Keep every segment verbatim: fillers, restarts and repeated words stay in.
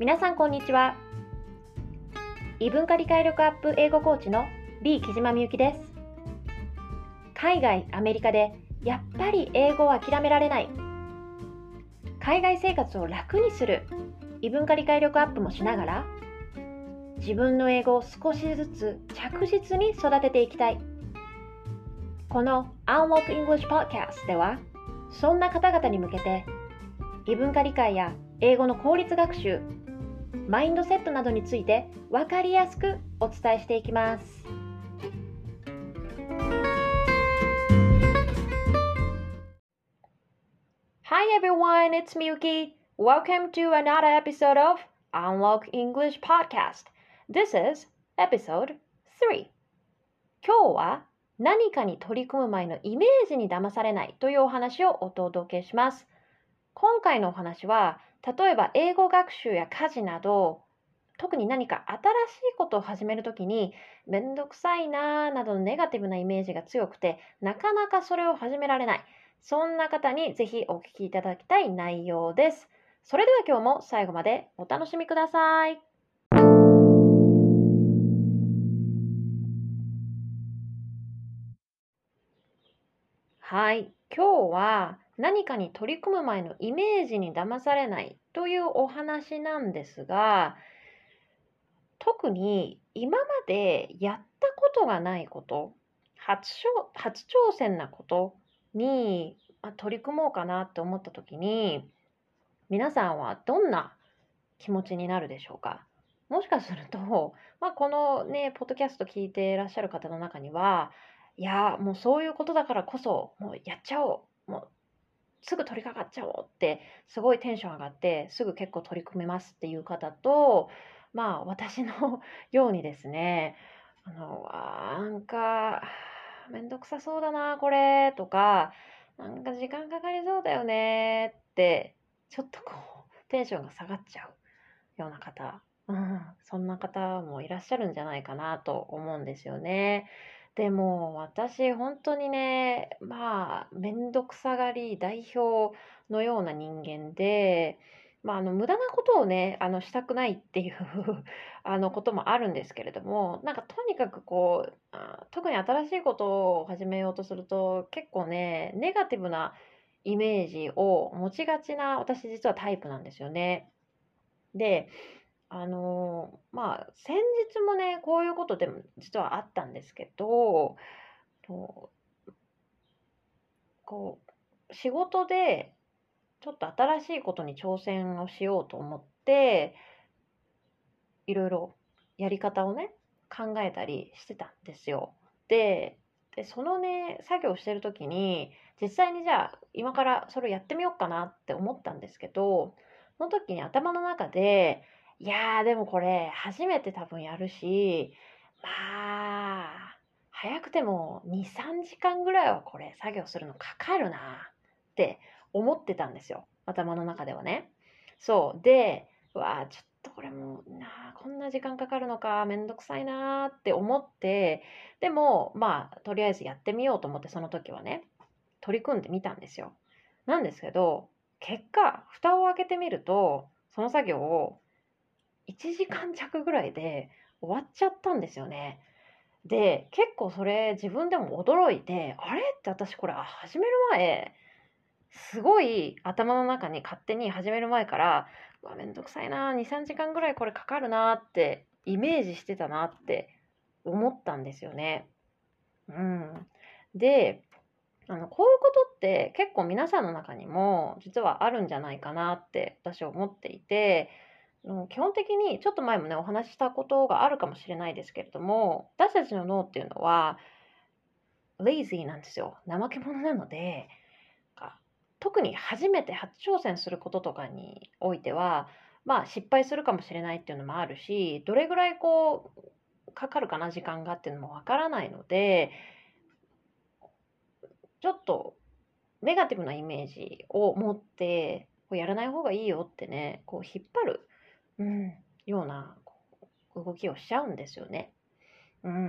皆さんこんにちは。異文化理解力アップ英語コーチの B 木島みゆきです。海外アメリカでやっぱり英語を諦められない、海外生活を楽にする異文化理解力アップもしながら、自分の英語を少しずつ着実に育てていきたい。この Unlock English Podcast では、そんな方々に向けて異文化理解や英語の効率学習、マインドセットなどについて分かりやすくお伝えしていきます。Hi everyone, it's Miyuki. Welcome to another episode of Unlock English Podcast. This is episode three. 今日は何かに取り組む前のイメージに騙されないというお話をお届けします。今回のお話は、例えば英語学習や家事など、特に何か新しいことを始めるときに、めんどくさいなーなどのネガティブなイメージが強くて、なかなかそれを始められない。そんな方にぜひお聞きいただきたい内容です。それでは今日も最後までお楽しみください。はい、今日は何かに取り組む前のイメージに騙されないというお話なんですが、特に今までやったことがないこと、初挑初挑戦なことに、まあ、取り組もうかなって思った時に、皆さんはどんな気持ちになるでしょうか。もしかすると、まあ、このね、ポッドキャスト聞いていらっしゃる方の中には、いや、もうそういうことだからこそ、もうやっちゃおう。もうすぐ取り掛かっちゃおうって、すごいテンション上がって、すぐ結構取り組めますっていう方と、まあ私のようにですね、あの、あーなんか、めんどくさそうだな、これ、とか、なんか時間かかりそうだよねって、ちょっとこう、テンションが下がっちゃうような方、うん、そんな方もいらっしゃるんじゃないかなと思うんですよね。でも私本当にね、まあめんどくさがり代表のような人間で、まあ、あの無駄なことをね、あのしたくないっていうあのこともあるんですけれども、なんかとにかくこう、あ特に新しいことを始めようとすると、結構ね、ネガティブなイメージを持ちがちな私実はタイプなんですよね。で、あの、まあ、先日もね、こういうことでも実はあったんですけど、とこう、仕事でちょっと新しいことに挑戦をしようと思って、いろいろやり方をね、考えたりしてたんですよ。で、で、そのね、作業してる時に、実際にじゃあ、今からそれをやってみようかなって思ったんですけど、その時に頭の中で、いやー、でもこれ、初めて多分やるし、まあ、早くてもに、さんじかんぐらいはこれ作業するのかかるなって思ってたんですよ。頭の中ではね。そう。で、うわあ、ちょっとこれもなあ、こんな時間かかるのか、めんどくさいなって思って、でも、まあ、とりあえずやってみようと思って、その時はね、取り組んでみたんですよ。なんですけど、結果、蓋を開けてみると、その作業をいちじかん弱ぐらいで終わっちゃったんですよね。で、結構それ自分でも驚いて、あれって私これ、あ、始める前、すごい頭の中に勝手に始める前から、うわ、めんどくさいな、に、さんじかんぐらいこれかかるなってイメージしてたなって思ったんですよね。うん。で、あの、こういうことって結構皆さんの中にも実はあるんじゃないかなって私は思っていて、あの基本的にちょっと前もね、お話ししたことがあるかもしれないですけれども、私たちの脳っていうのは、レイジーなんですよ。怠け者なので、か特に初めて初挑戦することとかにおいては、まあ失敗するかもしれないっていうのもあるし、どれぐらいこうかかるかな時間がっていうのもわからないので、ちょっとネガティブなイメージを持って、こうやらない方がいいよってね、こう引っ張る、うん、ようなこう動きをしちゃうんですよね。うん。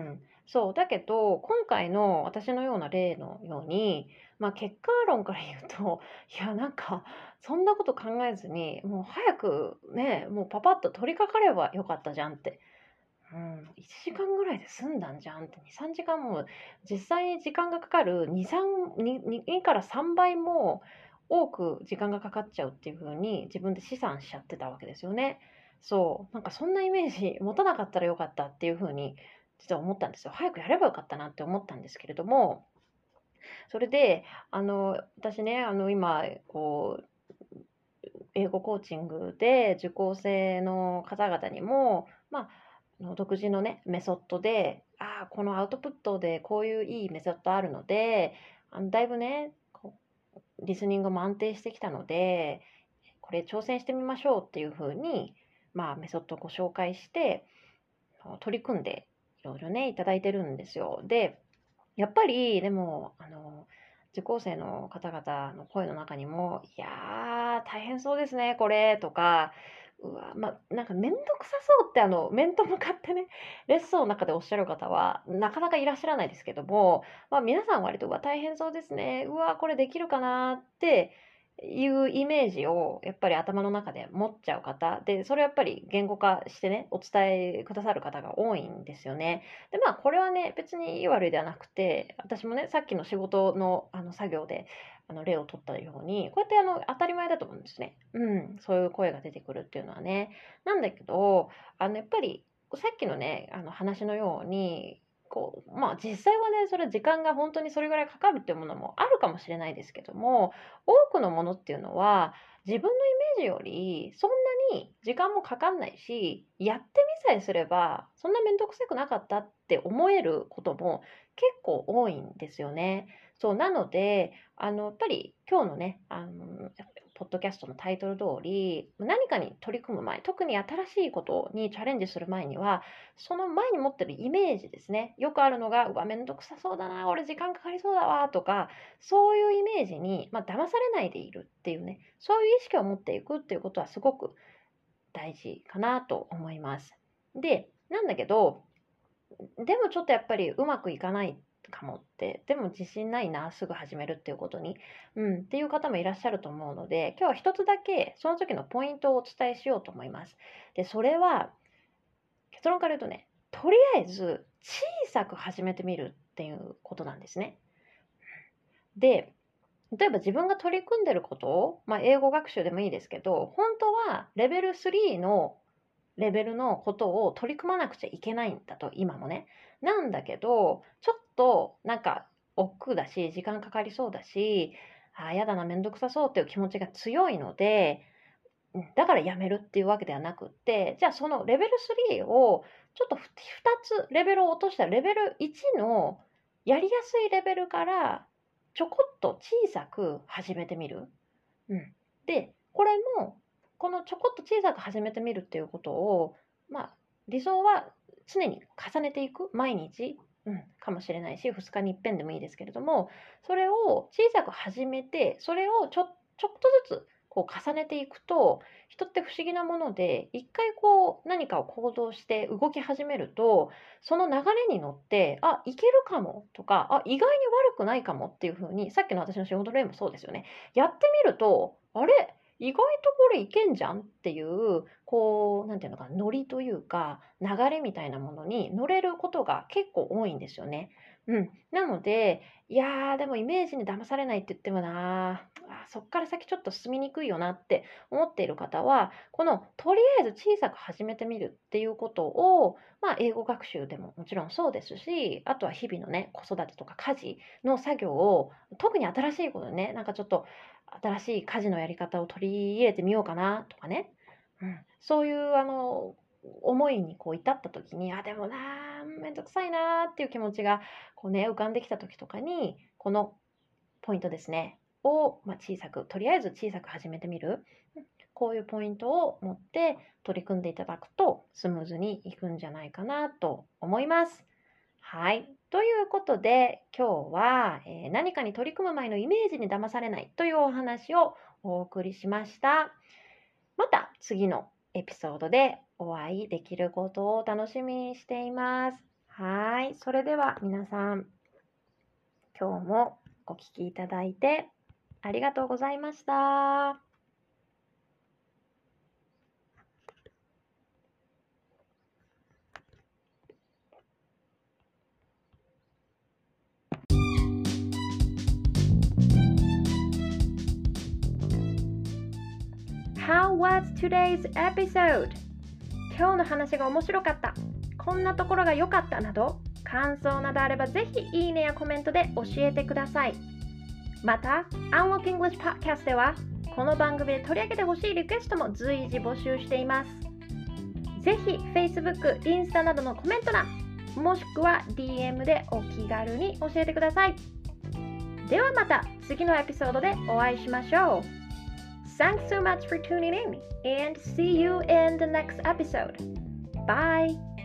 そう、だけど、今回の私のような例のように、まあ、結果論から言うと、いや、なんか、そんなこと考えずに、もう早くね、もうパパッと取り掛かればよかったじゃんって。うん、いちじかんぐらいで済んだんじゃんって、に、さんじかんも実際に時間がかかるに、さん、に、にからさんばいも多く時間がかかっちゃうっていう風に自分で試算しちゃってたわけですよね。そう、なんかそんなイメージ持たなかったらよかったっていう風に実は思ったんですよ。早くやればよかったなって思ったんですけれども、それで、あの、私ね、あの、今、こう、英語コーチングで受講生の方々にも、まあ、あの独自のね、メソッドで、ああ、このアウトプットでこういういいメソッドあるので、あのだいぶね、こうリスニングも安定してきたので、これ挑戦してみましょうっていうふうに、まあ、メソッドをご紹介して、取り組んでいろいろね、いただいてるんですよ。で、やっぱり、でも、あの、受講生の方々の声の中にも、いやー、大変そうですね、これ、とか、うわ、ま、なんかめんどくさそうって、あの、面と向かってね、レッスンの中でおっしゃる方は、なかなかいらっしゃらないですけども、まあ、皆さん割と、うわ、大変そうですね、うわ、これできるかなっていうイメージをやっぱり頭の中で持っちゃう方で、それやっぱり言語化してね、お伝えくださる方が多いんですよね。で、まあ、これはね、別にいい悪いではなくて、私もね、さっきの仕事のあの作業であの例を取ったように、こうやってあの当たり前だと思うんですね。うん、そういう声が出てくるっていうのはね。なんだけど、あのやっぱりさっきのね、あの話のように、こう、まあ実際はね、それ時間が本当にそれぐらいかかるっていうものもあるかもしれないですけども、多くのものっていうのは、自分のイメージよりそんなに時間もかかんないし、やってみさえすれば、そんなめんどくさくなかったって思えることも結構多いんですよね。そう、なので、あの、やっぱり今日のね、あの、ポッドキャストのタイトル通り、何かに取り組む前、特に新しいことにチャレンジする前には、その前に持ってるイメージですね。よくあるのが、うわ、めんどくさそうだな、俺時間かかりそうだわ、とか、そういうイメージに、まあ、騙されないでいるっていうね、そういう意識を持っていくっていうことはすごく大事かなと思います。で、なんだけど、でもちょっとやっぱりうまくいかないかもって、でも自信ないな、すぐ始めるっていうことに、うん、っていう方もいらっしゃると思うので、今日は一つだけその時のポイントをお伝えしようと思います。で、それは、結論から言うとね、とりあえず小さく始めてみるっていうことなんですね。で、例えば自分が取り組んでることを、まあ、英語学習でもいいですけど、本当はレベルスリーのレベルのことを取り組まなくちゃいけないんだと、今もね。なんだけど、ちょっとなんか億劫だし、時間かかりそうだし、ああ、やだな、めんどくさそうっていう気持ちが強いので、うん、だからやめるっていうわけではなくって、じゃあそのレベルスリーをちょっとふたつレベルを落としたレベルいちのやりやすいレベルからちょこっと小さく始めてみる。うん。で、これも、このちょこっと小さく始めてみるっていうことを、まあ、理想は常に重ねていく、毎日、うん、かもしれないし、ふつかに一遍でもいいですけれども、それを小さく始めて、それをちょちょっとずつこう重ねていくと、人って不思議なもので、一回こう何かを行動して動き始めると、その流れに乗って、あ、いけるかもとか、あ、意外に悪くないかもっていう風に、さっきの私の仕事例もそうですよね。やってみると、あれ、意外とこれいけんじゃんっていう、こう、なんていうのかな、ノリというか、流れみたいなものに乗れることが結構多いんですよね。うん。なので、いやー、でもイメージに騙されないって言ってもなー、あーそっから先ちょっと進みにくいよなって思っている方は、このとりあえず小さく始めてみるっていうことを、まあ、英語学習でももちろんそうですし、あとは日々のね、子育てとか家事の作業を、特に新しいことね、なんかちょっと新しい家事のやり方を取り入れてみようかなとかね、うん、そういうあの思いにこう至った時に、あ、でもなー、めんどくさいなーっていう気持ちがこうね、浮かんできた時とかに、このポイントですね、を、まあ、小さく、とりあえず小さく始めてみる。こういうポイントを持って取り組んでいただくとスムーズにいくんじゃないかなと思います。はい。ということで、今日は、えー何かに取り組む前のイメージに騙されないというお話をお送りしました。また次のエピソードでお会いできることを楽しみにしています。 はい。それでは皆さん、今日もお聞きいただいてありがとうございました。How was today's episode? 今日の話が面白かった。こんなところが良かったなど、感想などあればぜひいいねやコメントで教えてください。また、Unlock English Podcast では、この番組で取り上げてほしいリクエストも随時募集しています。ぜひ Facebook、インスタなどのコメント欄、もしくは ディーエム でお気軽に教えてください。ではまた次のエピソードでお会いしましょう。Thanks so much for tuning in and see you in the next episode. Bye!